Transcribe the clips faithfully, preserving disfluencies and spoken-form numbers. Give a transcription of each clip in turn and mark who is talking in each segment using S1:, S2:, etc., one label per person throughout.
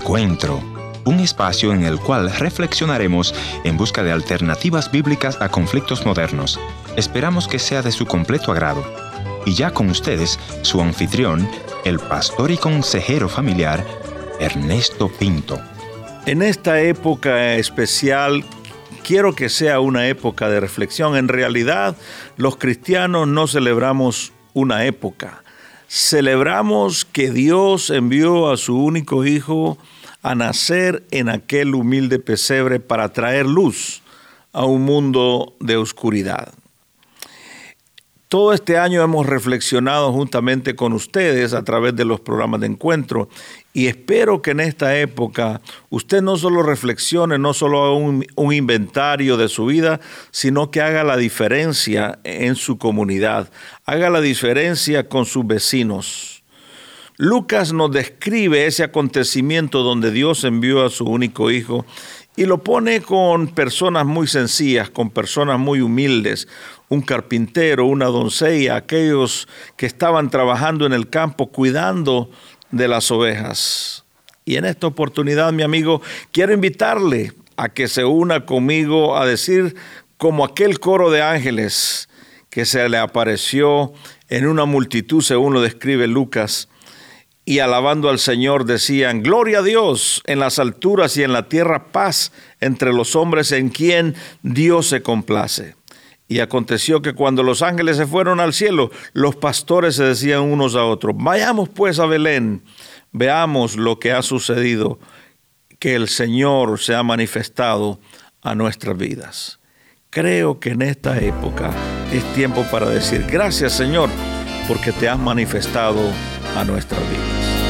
S1: Encuentro, un espacio en el cual reflexionaremos en busca de alternativas bíblicas a conflictos modernos. Esperamos que sea de su completo agrado. Y ya con ustedes, su anfitrión, el pastor y consejero familiar, Ernesto Pinto.
S2: En esta época especial, quiero que sea una época de reflexión. En realidad, los cristianos no celebramos una época. Celebramos que Dios envió a su único Hijo a nacer en aquel humilde pesebre para traer luz a un mundo de oscuridad. Todo este año hemos reflexionado juntamente con ustedes a través de los programas de encuentro y espero que en esta época usted no solo reflexione, no solo haga un, un inventario de su vida, sino que haga la diferencia en su comunidad, haga la diferencia con sus vecinos. Lucas nos describe ese acontecimiento donde Dios envió a su único Hijo y lo pone con personas muy sencillas, con personas muy humildes, un carpintero, una doncella, aquellos que estaban trabajando en el campo cuidando de las ovejas. Y en esta oportunidad, mi amigo, quiero invitarle a que se una conmigo a decir como aquel coro de ángeles que se le apareció en una multitud, según lo describe Lucas, y alabando al Señor decían: gloria a Dios en las alturas y en la tierra paz entre los hombres en quien Dios se complace. Y aconteció que cuando los ángeles se fueron al cielo, los pastores se decían unos a otros: vayamos pues a Belén, veamos lo que ha sucedido, que el Señor se ha manifestado a nuestras vidas. Creo que en esta época es tiempo para decir: gracias, Señor, porque te has manifestado a nuestras vidas.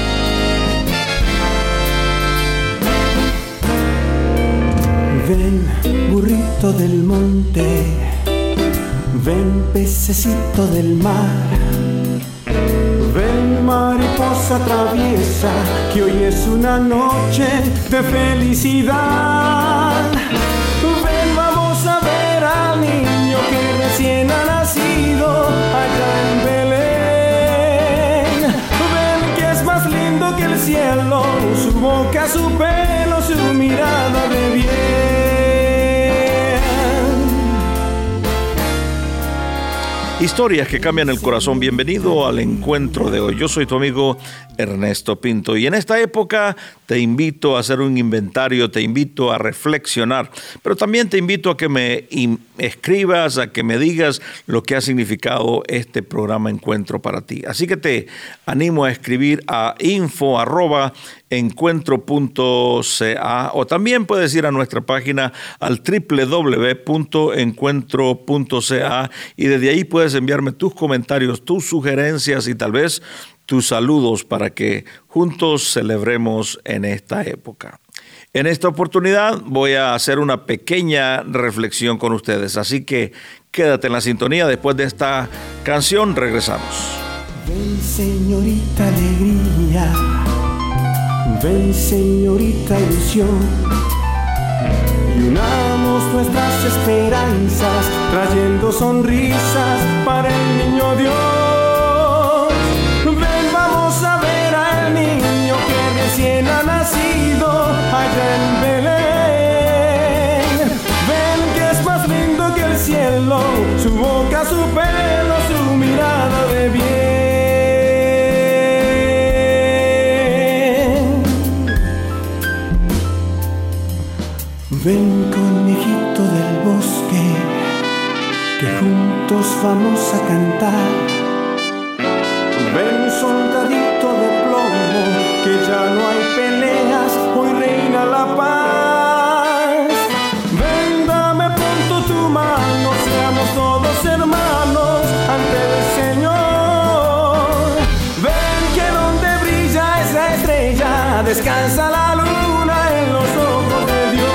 S3: Ven, burrito del monte, ven, pececito del mar, ven, mariposa traviesa, que hoy es una noche de felicidad. Ven, vamos a ver al niño que recién ha nacido allá en Belén. Ven, que es más lindo que el cielo, su boca, su pelo, su mirada de bien.
S2: Historias que cambian el corazón. Bienvenido al encuentro de hoy. Yo soy tu amigo Ernesto Pinto y en esta época te invito a hacer un inventario, te invito a reflexionar, pero también te invito a que me escribas, a que me digas lo que ha significado este programa Encuentro para ti. Así que te animo a escribir a info arroba encuentro punto ca o también puedes ir a nuestra página al doble u doble u doble u punto encuentro punto ca y desde ahí puedes enviarme tus comentarios, tus sugerencias y tal vez tus saludos para que juntos celebremos en esta época. En esta oportunidad voy a hacer una pequeña reflexión con ustedes, así que quédate en la sintonía. Después de esta canción regresamos.
S3: Ven, señorita alegría, ven, señorita ilusión, y unamos nuestras esperanzas, trayendo sonrisas para el niño Dios. Ven, vamos a ver al niño que recién ha nacido allá en Belén. Ven, que es más lindo que el cielo, su boca, su pelo, su mirada de bien. Ven, conejito del bosque, que juntos vamos a cantar. Ven, soldadito de plomo, que ya no hay peleas, hoy reina la paz. Ven, dame pronto tu mano, seamos todos hermanos ante el Señor. Ven, que donde brilla esa estrella, descansa la luna en los ojos de Dios.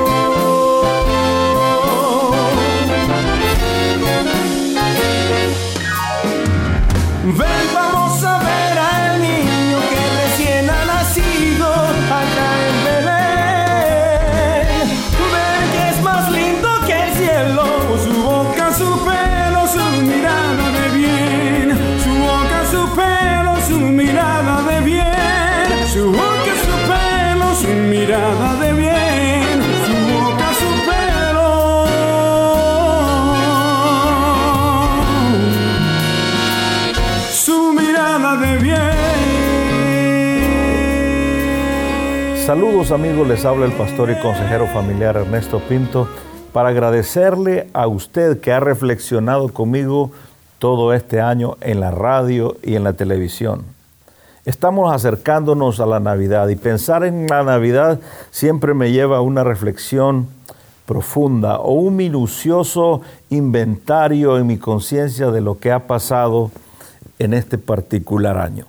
S3: Ven, vamos a ver al niño que recién ha nacido allá en Belén. Ven, que es más lindo que el cielo, su boca, su pelo, su mirada de bien. Su boca, su pelo, su mirada de bien. Su boca, su pelo, nada de bien.
S2: Saludos amigos, les habla el pastor y consejero familiar Ernesto Pinto para agradecerle a usted que ha reflexionado conmigo todo este año en la radio y en la televisión. Estamos acercándonos a la Navidad y pensar en la Navidad siempre me lleva a una reflexión profunda o un minucioso inventario en mi conciencia de lo que ha pasado en este particular año.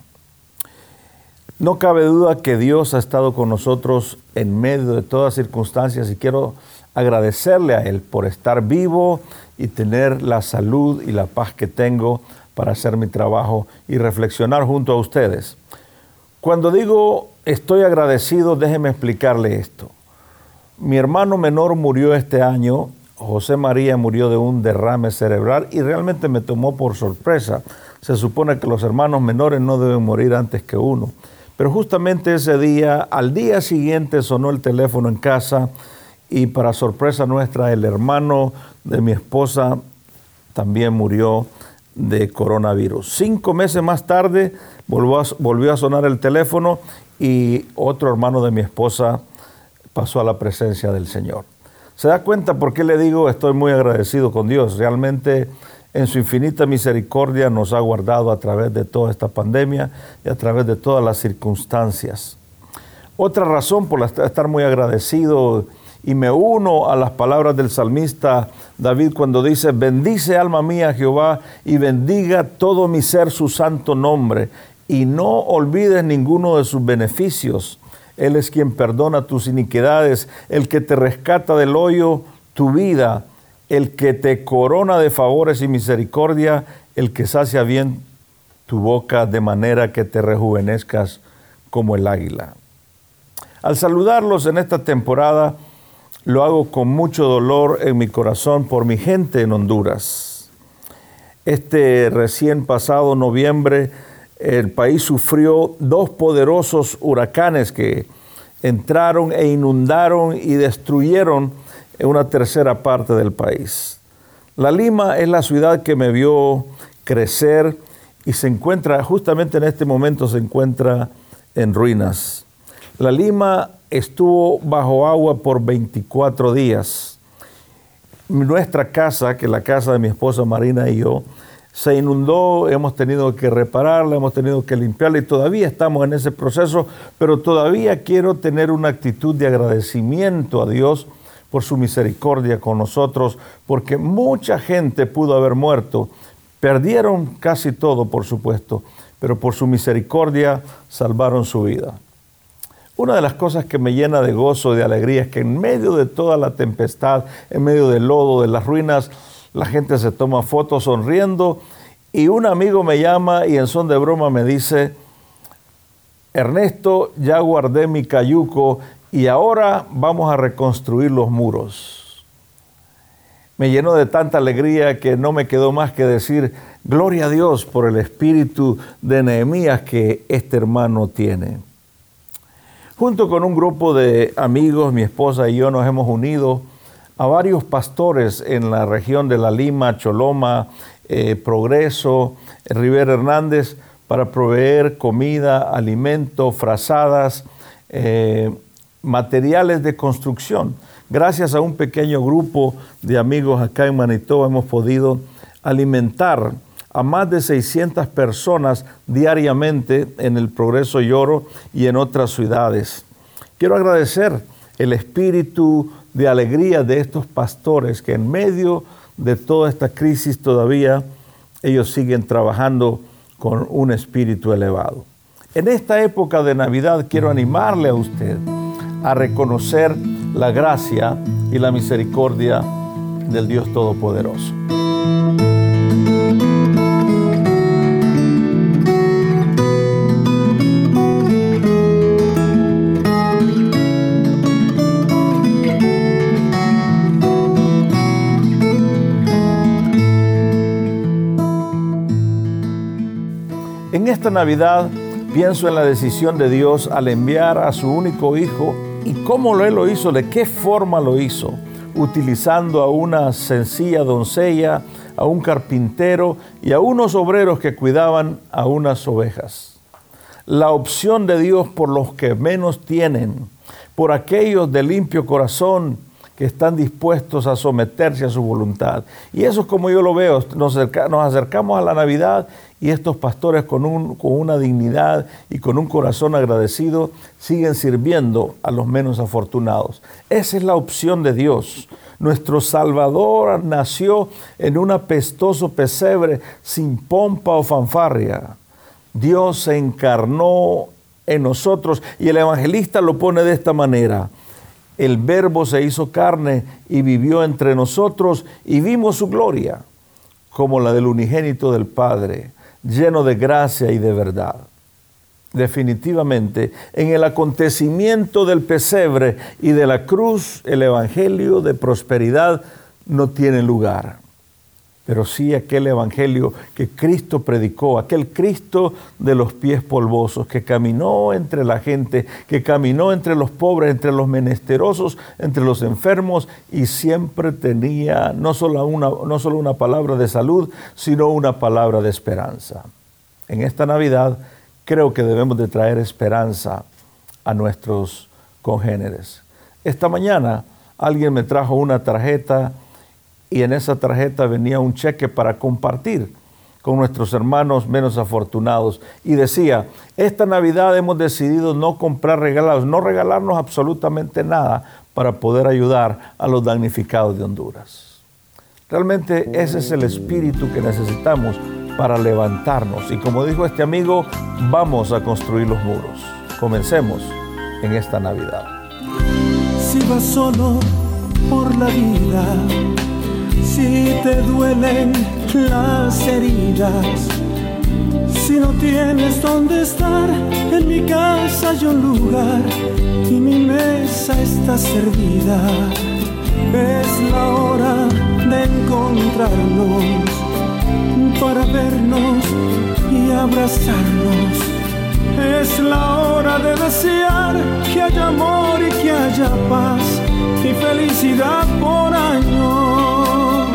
S2: No cabe duda que Dios ha estado con nosotros en medio de todas circunstancias y quiero agradecerle a Él por estar vivo y tener la salud y la paz que tengo para hacer mi trabajo y reflexionar junto a ustedes. Cuando digo estoy agradecido, déjeme explicarle esto. Mi hermano menor murió este año, José María murió de un derrame cerebral y realmente me tomó por sorpresa. Se supone que los hermanos menores no deben morir antes que uno. Pero justamente ese día, al día siguiente sonó el teléfono en casa y para sorpresa nuestra, el hermano de mi esposa también murió de coronavirus. Cinco meses más tarde volvió a, volvió a sonar el teléfono y otro hermano de mi esposa pasó a la presencia del Señor. ¿Se da cuenta por qué le digo estoy muy agradecido con Dios? Realmente en su infinita misericordia nos ha guardado a través de toda esta pandemia y a través de todas las circunstancias. Otra razón por la estar muy agradecido, y me uno a las palabras del salmista David cuando dice, bendice alma mía Jehová y bendiga todo mi ser su santo nombre y no olvides ninguno de sus beneficios. Él es quien perdona tus iniquidades, el que te rescata del hoyo tu vida, el que te corona de favores y misericordia, el que sacia bien tu boca de manera que te rejuvenezcas como el águila. Al saludarlos en esta temporada, lo hago con mucho dolor en mi corazón por mi gente en Honduras. Este recién pasado noviembre, el país sufrió dos poderosos huracanes que entraron e inundaron y destruyeron una tercera parte del país. La Lima es la ciudad que me vio crecer y se encuentra, justamente en este momento se encuentra en ruinas. La Lima estuvo bajo agua por veinticuatro días. Nuestra casa, que es la casa de mi esposa Marina y yo, se inundó, hemos tenido que repararla, hemos tenido que limpiarla y todavía estamos en ese proceso, pero todavía quiero tener una actitud de agradecimiento a Dios por su misericordia con nosotros, porque mucha gente pudo haber muerto, perdieron casi todo, por supuesto, pero por su misericordia salvaron su vida. Una de las cosas que me llena de gozo y de alegría es que en medio de toda la tempestad, en medio del lodo, de las ruinas, la gente se toma fotos sonriendo y un amigo me llama y en son de broma me dice, Ernesto, ya guardé mi cayuco y ahora vamos a reconstruir los muros. Me llenó de tanta alegría que no me quedó más que decir, gloria a Dios por el espíritu de Nehemías que este hermano tiene. Junto con un grupo de amigos, mi esposa y yo nos hemos unido a varios pastores en la región de La Lima, Choloma, eh, Progreso, Rivera Hernández, para proveer comida, alimento, frazadas, eh, materiales de construcción. Gracias a un pequeño grupo de amigos acá en Manitoba hemos podido alimentar a más de seiscientas personas diariamente en el Progreso y Oro y en otras ciudades. Quiero agradecer el espíritu de alegría de estos pastores que en medio de toda esta crisis todavía ellos siguen trabajando con un espíritu elevado. En esta época de Navidad quiero animarle a usted a reconocer la gracia y la misericordia del Dios Todopoderoso. En esta Navidad pienso en la decisión de Dios al enviar a su único hijo y cómo Él lo hizo, de qué forma lo hizo, utilizando a una sencilla doncella, a un carpintero y a unos obreros que cuidaban a unas ovejas. La opción de Dios por los que menos tienen, por aquellos de limpio corazón que están dispuestos a someterse a su voluntad. Y eso es como yo lo veo. Nos, acerca, nos acercamos a la Navidad y estos pastores con, un, con una dignidad y con un corazón agradecido siguen sirviendo a los menos afortunados. Esa es la opción de Dios. Nuestro Salvador nació en un apestoso pesebre sin pompa o fanfarria. Dios se encarnó en nosotros y el evangelista lo pone de esta manera: el Verbo se hizo carne y vivió entre nosotros y vimos su gloria, como la del unigénito del Padre, lleno de gracia y de verdad. Definitivamente, en el acontecimiento del pesebre y de la cruz, el evangelio de prosperidad no tiene lugar. Pero sí aquel evangelio que Cristo predicó, aquel Cristo de los pies polvosos, que caminó entre la gente, que caminó entre los pobres, entre los menesterosos, entre los enfermos, y siempre tenía no solo una, no solo una palabra de salud, sino una palabra de esperanza. En esta Navidad creo que debemos de traer esperanza a nuestros congéneres. Esta mañana alguien me trajo una tarjeta y en esa tarjeta venía un cheque para compartir con nuestros hermanos menos afortunados. Y decía: esta Navidad hemos decidido no comprar regalos, no regalarnos absolutamente nada para poder ayudar a los damnificados de Honduras. Realmente ese es el espíritu que necesitamos para levantarnos. Y como dijo este amigo, vamos a construir los muros. Comencemos en esta Navidad.
S3: Si vas solo por la vida, si te duelen las heridas, si no tienes dónde estar, en mi casa hay un lugar y mi mesa está servida. Es la hora de encontrarnos para vernos y abrazarnos. Es la hora de desear que haya amor y que haya paz y felicidad por años.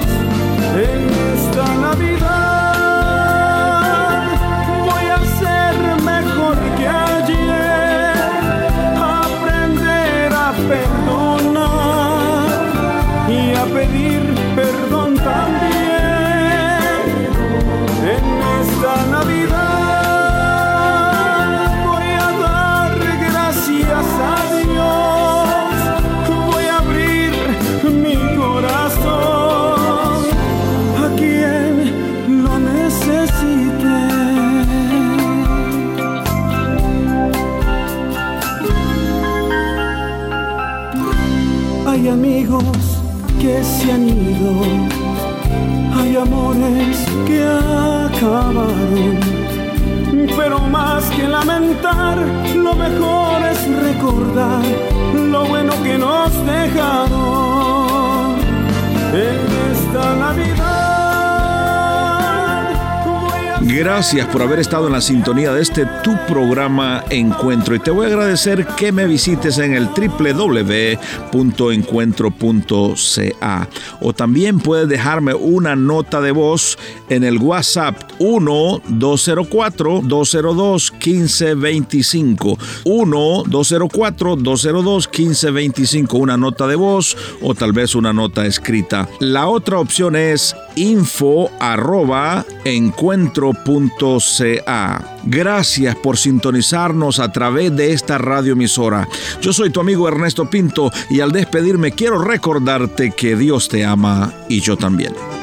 S3: En esta Navidad voy a ser mejor que ayer, aprender a perdonar y a pedir perdón también. En esta Navidad voy a dar gracias a Dios, voy a abrir mi corazón a quien lo necesite. Hay amigos que se han ido, hay amores que acabaron, pero más que lamentar, lo mejor es recordar lo bueno que nos dejaron. En esta Navidad
S4: Gracias por haber estado en la sintonía de este tu programa Encuentro, y te voy a agradecer que me visites en el doble u doble u doble u punto encuentro punto c a, o también puedes dejarme una nota de voz en el WhatsApp uno dos cero cuatro dos cero dos uno cinco dos cinco uno dos cero cuatro dos cero dos uno cinco dos cinco, una nota de voz o tal vez una nota escrita. La otra opción es info arroba encuentro punto c a. Gracias por sintonizarnos a través de esta radioemisora. Yo soy tu amigo Ernesto Pinto y al despedirme quiero recordarte que Dios te ama y yo también.